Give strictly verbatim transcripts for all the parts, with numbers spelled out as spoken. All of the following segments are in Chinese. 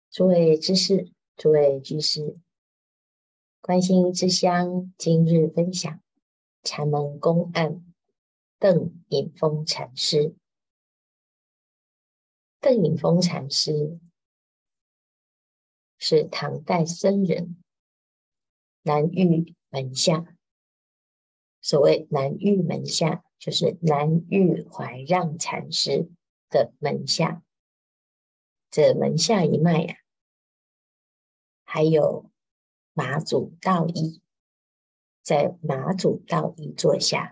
诸位知士，诸位居士，观心之香今日分享禅门公案邓颖峰禅师。邓颖峰禅师是唐代僧人，南域门下。所谓南域门下，就是南域怀让禅师的门下。这门下一脉呀、啊，还有马祖道一，在马祖道一座下，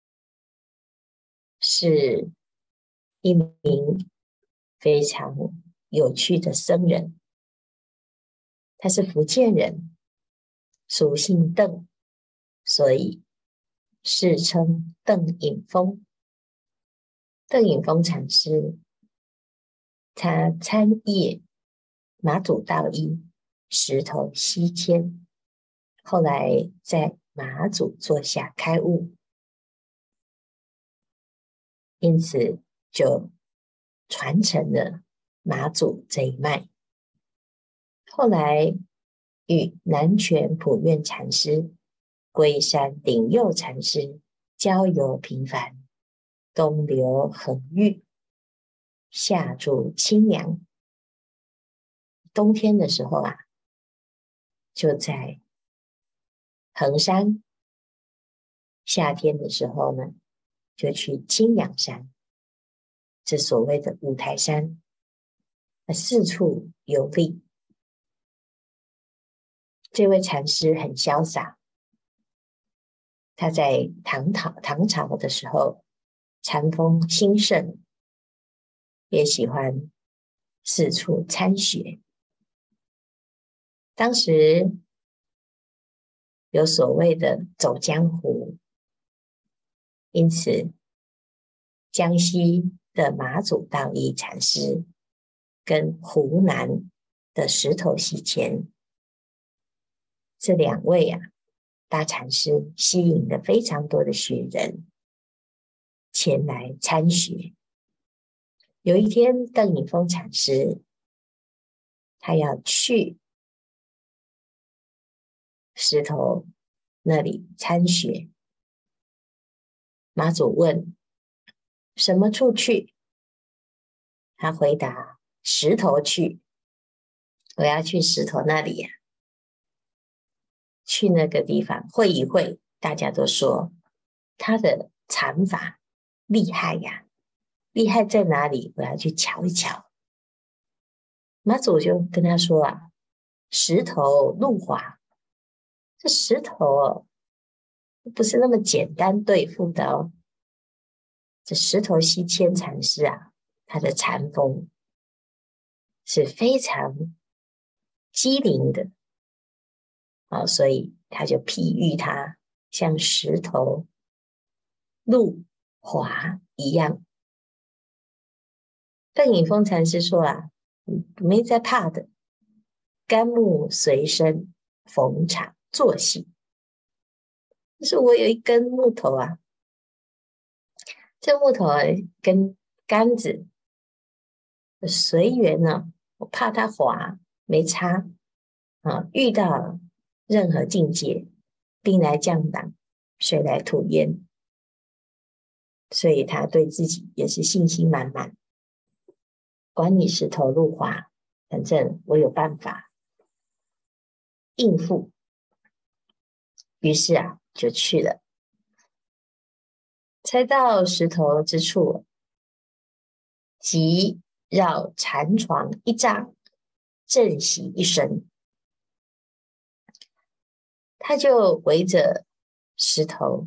是一名非常有趣的僧人。他是福建人，属姓邓，所以世称邓颖峰。邓颖峰禅师，他参谒马祖道一石头西迁，后来在马祖座下开悟，因此就传承了马祖这一脉。后来与南泉普愿禅师、龟山顶佑禅师交游频繁，东流恒玉，下住清凉。冬天的时候啊，就在衡山；夏天的时候呢，就去清凉山，这所谓的五台山，四处游历。这位禅师很潇洒，他在唐朝唐朝的时候，禅风兴盛，也喜欢四处参学。当时有所谓的走江湖，因此江西的马祖道一禅师跟湖南的石头西迁这两位啊大禅师吸引了非常多的学人前来参学。有一天，邓颖峰禅师他要去石头那里参学，马祖问什么处去？他回答石头去，我要去石头那里呀、啊，去那个地方会一会。大家都说他的禅法厉害呀，厉害在哪里？我要去瞧一瞧。马祖就跟他说啊，石头路滑，这石头哦，不是那么简单对付的哦。这石头西迁禅师啊，他的禅风是非常机灵的啊，所以他就譬喻他像石头路滑一样。邓颖峰禅师说啊，没在怕的，甘木随身逢场作戏。就是我有一根木头啊，这木头跟杆子随缘呢，我怕它滑，没差啊。遇到任何境界，兵来将挡，水来土掩，所以他对自己也是信心满满。管你石头路滑，反正我有办法应付。于是啊，就去了。才到石头之处，即绕禅床一丈，正洗一身。他就围着石头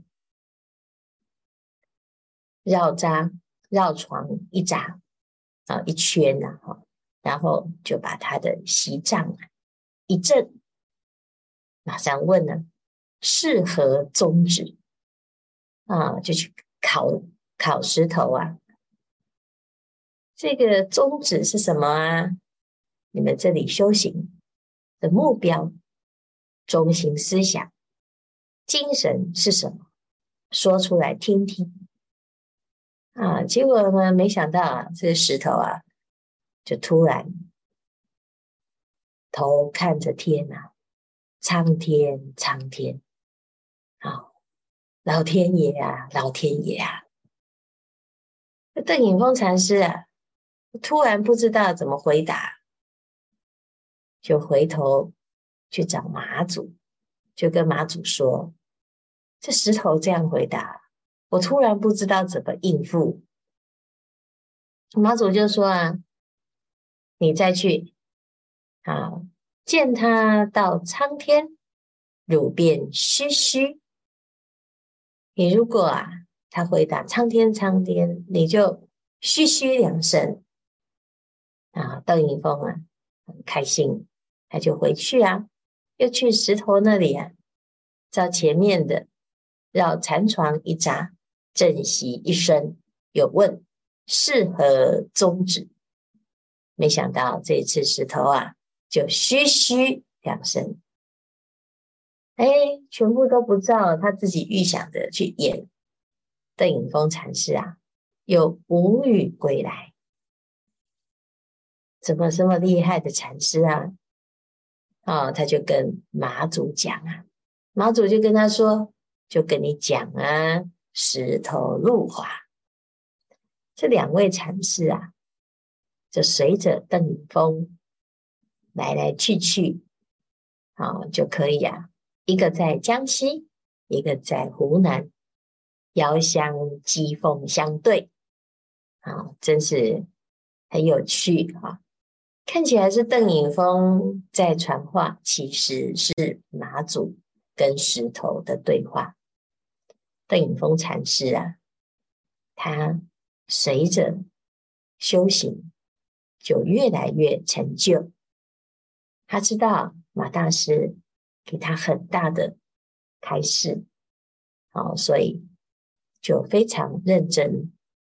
绕扎绕床一扎啊一圈啊，然后就把他的席帐一正，马上问了是何宗旨啊，就去考考石头啊。这个宗旨是什么啊？你们这里修行的目标、中心思想、精神是什么？说出来听听啊！结果呢，没想到啊，这个石头啊，就突然头看着天啊，苍天苍天，啊，老天爷啊，老天爷啊！邓颖峰禅师啊，突然不知道怎么回答，就回头去找马祖，就跟马祖说：这石头这样回答，我突然不知道怎么应付。马祖就说啊，你再去啊，见他到苍天，汝便虚虚。你如果啊，他回答苍天苍天，你就虚虚两声啊。邓颖峰啊，很开心，他就回去啊，又去石头那里啊，照前面的绕禅床一匝，正息一声，有问是何宗旨？没想到这次石头啊，就虚虚两声，哎，全部都不照他自己预想的去演。邓颖峰禅师啊，又无语归来。怎么这么厉害的禅师啊？哦，他就跟马祖讲啊，马祖就跟他说，就跟你讲啊，石头入华。这两位禅师啊，就随着邓颖峰来来去去，好、哦、就可以啊，一个在江西，一个在湖南，遥相讥讽相对，啊、哦，真是很有趣啊、哦！看起来是邓颖峰在传话，其实是马祖跟石头的对话。邓颖峰禅师啊，他随着修行就越来越成就。他知道马大师给他很大的开示，哦，所以就非常认真。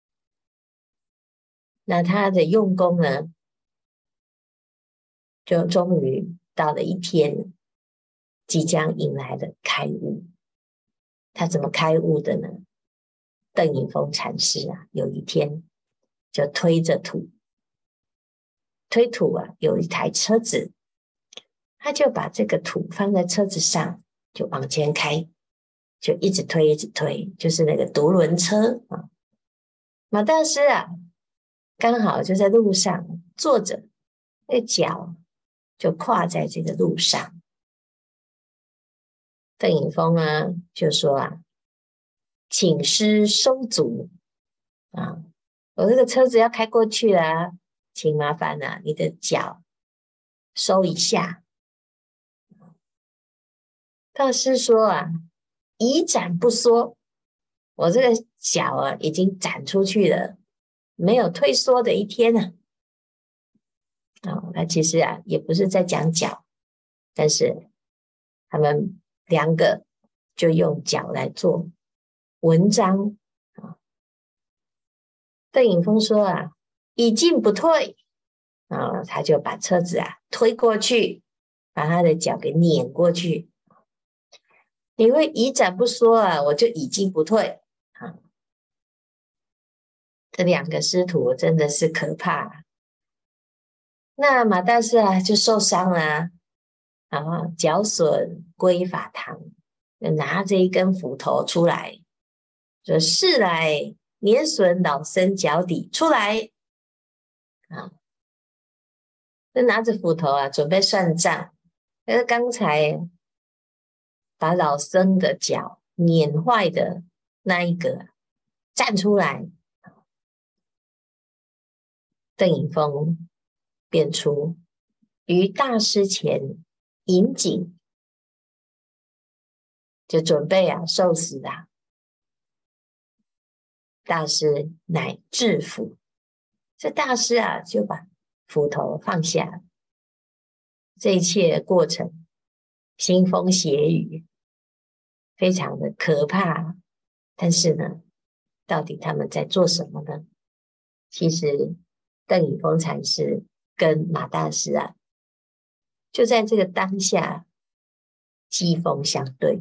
那他的用功呢，就终于到了一天，即将迎来了开悟。他怎么开悟的呢？邓颖峰禅师啊，有一天就推着土，推土啊，有一台车子，他就把这个土放在车子上，就往前开，就一直推，一直推，就是那个独轮车啊。马大师啊，刚好就在路上坐着，那脚就跨在这个路上。邓颖峰啊，就说啊，请师收足啊，我这个车子要开过去了啊，请麻烦啊，你的脚收一下。大师说啊，已展不缩，我这个脚啊已经展出去了，没有退缩的一天啊。哦，那其实啊也不是在讲脚，但是他们两个就用脚来做文章啊。邓颖峰说啊，已进不退啊，他就把车子啊推过去，把他的脚给碾过去。你会以展不缩啊，我就已进不退啊。这两个师徒真的是可怕啊。那马大师啊就受伤了啊，脚损归法堂，就拿着一根斧头出来，说是来年损老僧脚底，出来啊！就拿着斧头啊，准备算账。那刚才把老僧的脚碾坏的那一个站出来，邓颖峰便出于大师前引颈，就准备啊受死啊。大师乃制斧，这大师啊就把斧头放下。这一切过程腥风血雨，非常的可怕。但是呢，到底他们在做什么呢？其实邓颖峰禅师跟马大师啊，就在这个当下机锋相对，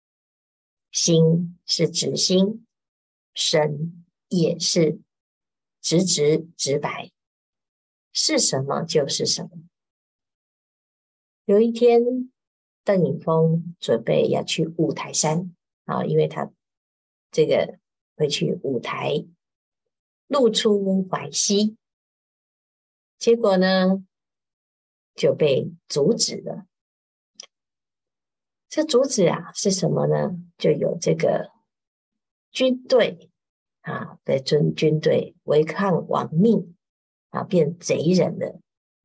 心是直心，身也是直直直白，是什么就是什么。 有一天，邓颖峰准备要去五台山啊，因为他这个会去五台露出淮西，结果呢就被阻止了。这阻止啊是什么呢？就有这个军队啊的军军队违抗王命啊，变贼人了。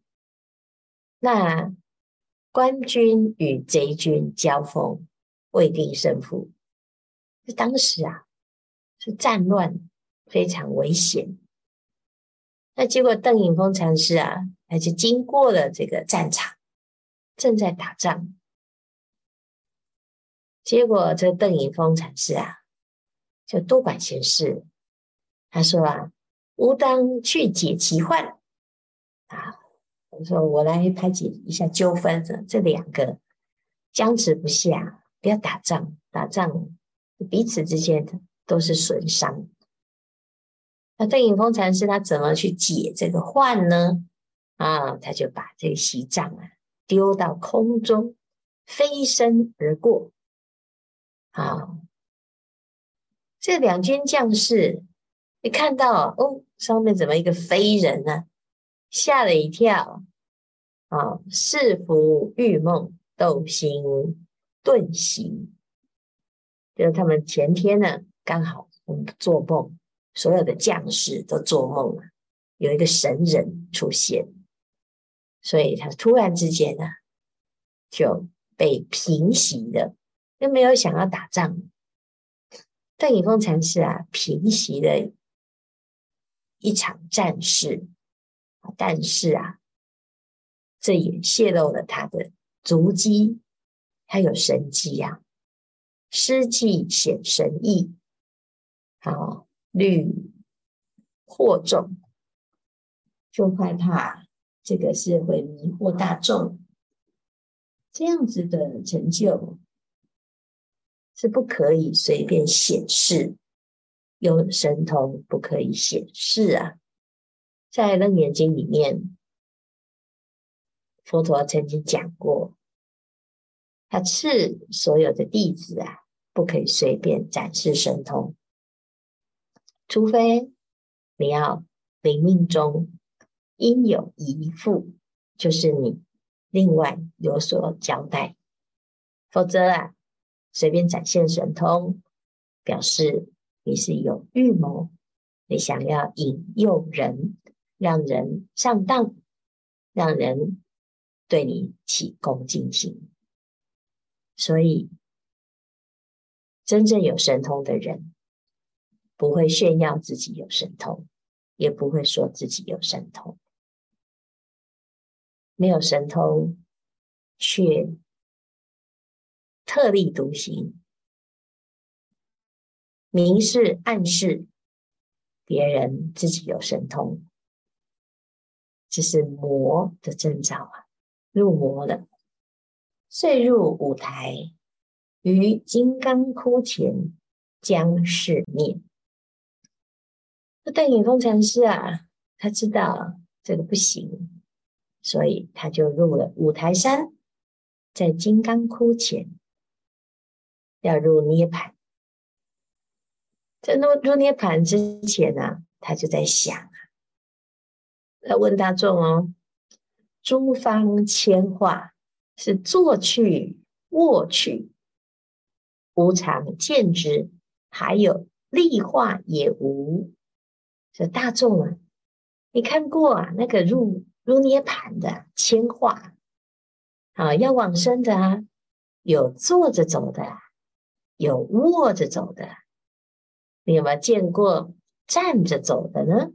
那官军与贼军交锋，未定胜负。当时啊是战乱非常危险。那结果邓颖峰禅师啊，还是经过了这个战场，正在打仗。结果这邓颖峰禅师啊，就多管闲事。他说啊，吾当去解其患啊。我说我来排解一下纠纷，这两个僵持不下，不要打仗，打仗彼此之间都是损伤。那邓颖峰禅师他怎么去解这个患呢？啊，他就把这个锡杖啊丢到空中，飞身而过。啊，这两军将士一看到哦，上面怎么一个飞人呢？吓了一跳。啊，视服玉梦，斗心顿行。就是他们前天呢，刚好我们做梦，所有的将士都做梦了，有一个神人出现，所以他突然之间呢，就被平息了，又没有想要打仗。邓颖峰禅师啊，平息了一场战事，但是啊，这也泄露了他的足迹，他有神迹啊，施计显神意，好虑惑众，就害怕这个是会迷惑大众，这样子的成就是不可以随便显示，有神通不可以显示啊。在《楞严经》里面，佛陀曾经讲过，他赐所有的弟子啊，不可以随便展示神通，除非你要临命中应有遗付，就是你另外有所交代，否则啊，随便展现神通，表示你是有预谋，你想要引诱人，让人上当，让人对你起恭敬心。所以真正有神通的人，不会炫耀自己有神通，也不会说自己有神通。没有神通，却特立独行，明示暗示别人自己有神通，这是魔的征兆啊，入魔了。遂入五台，于金刚窟前将事灭。邓颖峰禅师啊，他知道这个不行，所以他就入了五台山，在金刚窟前要入涅盘。在入入涅盘之前啊，他就在想啊，他问大众哦，诸方千化是坐去卧去，无常见之，还有立化也无。这大众啊，你看过啊那个入入涅盘的千化啊，要往生的啊，有坐着走的啊，有卧着走的，你有没有见过站着走的呢？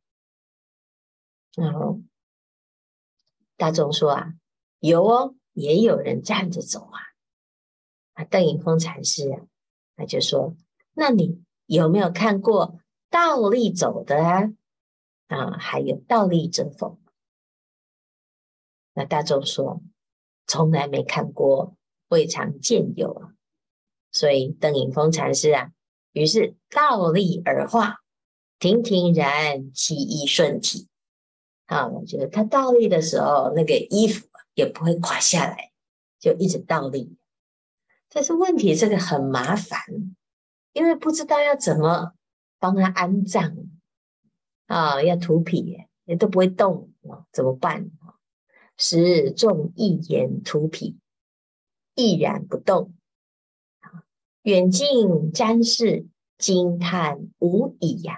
然后大众说啊，有哦，也有人站着走啊。啊，邓颖峰禅师啊，他就说，那你有没有看过倒立走的啊？啊，还有倒立者否？那大众说，从来没看过，未尝见有啊。所以邓颖峰禅师啊，于是倒立而化，亭亭然其衣顺体。啊，我觉得他倒立的时候，那个衣服也不会垮下来，就一直倒立。但是问题这个很麻烦，因为不知道要怎么帮他安葬啊，要涂皮也都不会动啊，怎么办？时众一言涂皮，毅然不动。远近瞻视，惊叹无已呀。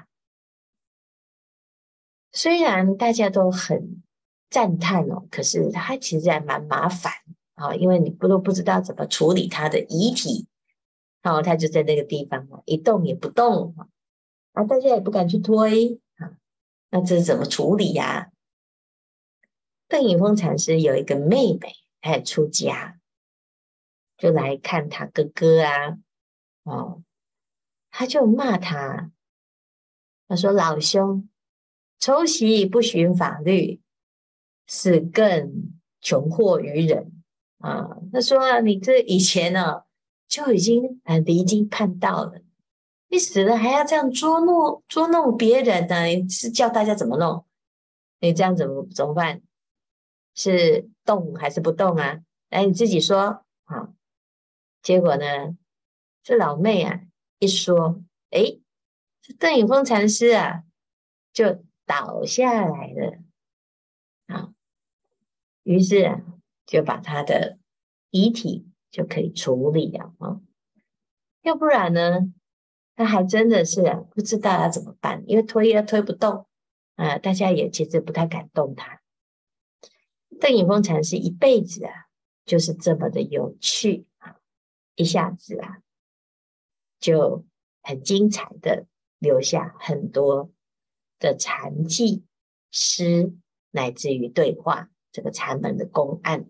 虽然大家都很赞叹哦，可是它其实还蛮麻烦啊，因为你不都不知道怎么处理他的遗体，然后他就在那个地方一动也不动啊，大家也不敢去推啊，那这是怎么处理呀？邓颖峰禅师有一个妹妹，她也出家，就来看他哥哥啊，哦，他就骂他，他说：“老兄，抽习不循法律，是更穷惑于人啊！”他说：“你这以前呢、就已经很离经叛道了，你死了还要这样捉弄捉弄别人呢？你是叫大家怎么弄？你这样怎么怎么办？是动还是不动啊？来，你自己说啊！”结果呢，这老妹啊一说，诶，这邓颖峰禅师啊就倒下来了啊。于是啊，就把他的遗体就可以处理了啊。要不然呢，他还真的是啊，不知道要怎么办，因为推也推不动啊，大家也其实不太敢动他。邓颖峰禅师一辈子啊，就是这么的有趣啊，一下子啊，就很精彩的留下很多的禅记、诗，乃至于对话这个禅门的公案。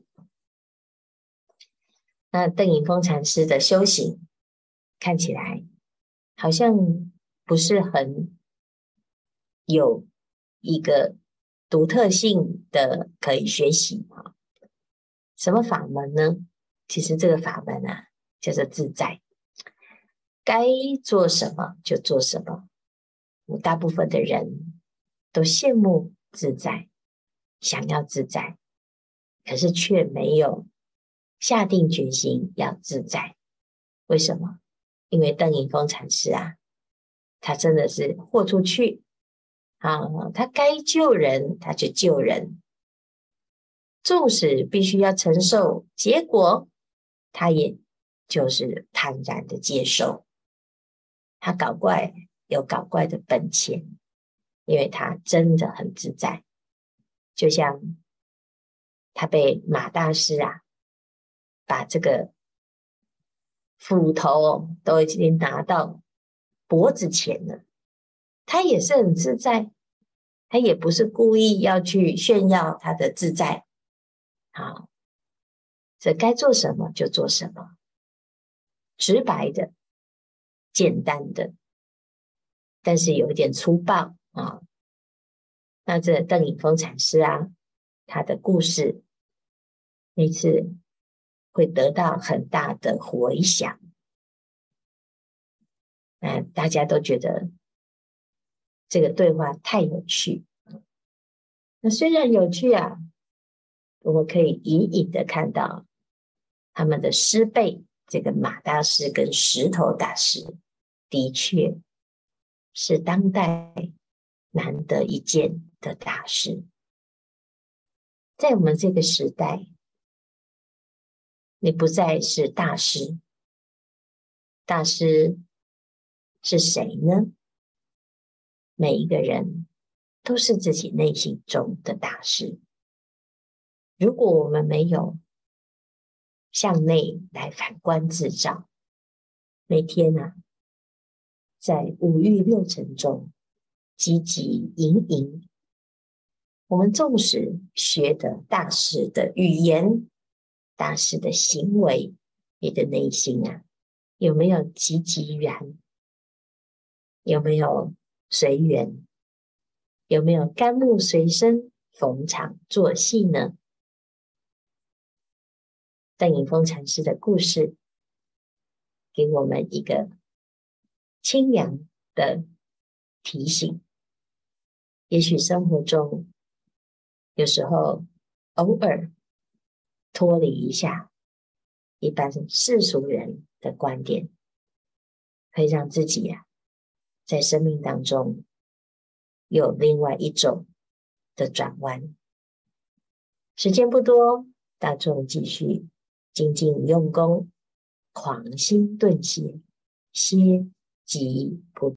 那邓颖峰禅师的修行看起来好像不是很有一个独特性的可以学习啊。什么法门呢？其实这个法门啊，叫做自在，该做什么就做什么。大部分的人都羡慕自在，想要自在，可是却没有下定决心要自在。为什么？因为邓颖峰禅师啊，他真的是豁出去啊，他该救人他就救人，纵使必须要承受结果，他也就是坦然的接受。他搞怪有搞怪的本钱，因为他真的很自在。就像他被马大师啊，把这个斧头都已经拿到脖子前了，他也是很自在，他也不是故意要去炫耀他的自在。好，这该做什么就做什么，直白的、简单的，但是有一点粗暴啊。那这邓颖峰禅师啊，他的故事那次会得到很大的回响，嗯，大家都觉得这个对话太有趣。那虽然有趣啊，我们可以隐隐的看到他们的师辈，这个马大师跟石头大师，的确是当代难得一见的大师。在我们这个时代，你不再是大师，大师是谁呢？每一个人都是自己内心中的大师。如果我们没有向内来反观自照，每天啊，在五欲六尘中汲汲营营，我们纵使学的大师的语言、大师的行为，你的内心啊，有没有积极然？有没有随缘？有没有甘木随身，逢场作戏呢？邓颖峰禅师的故事给我们一个清凉的提醒。也许生活中有时候偶尔脱离一下一般世俗人的观点，可以让自己呀、啊、在生命当中有另外一种的转弯。时间不多，大众继续精进用功，狂心顿歇，歇即不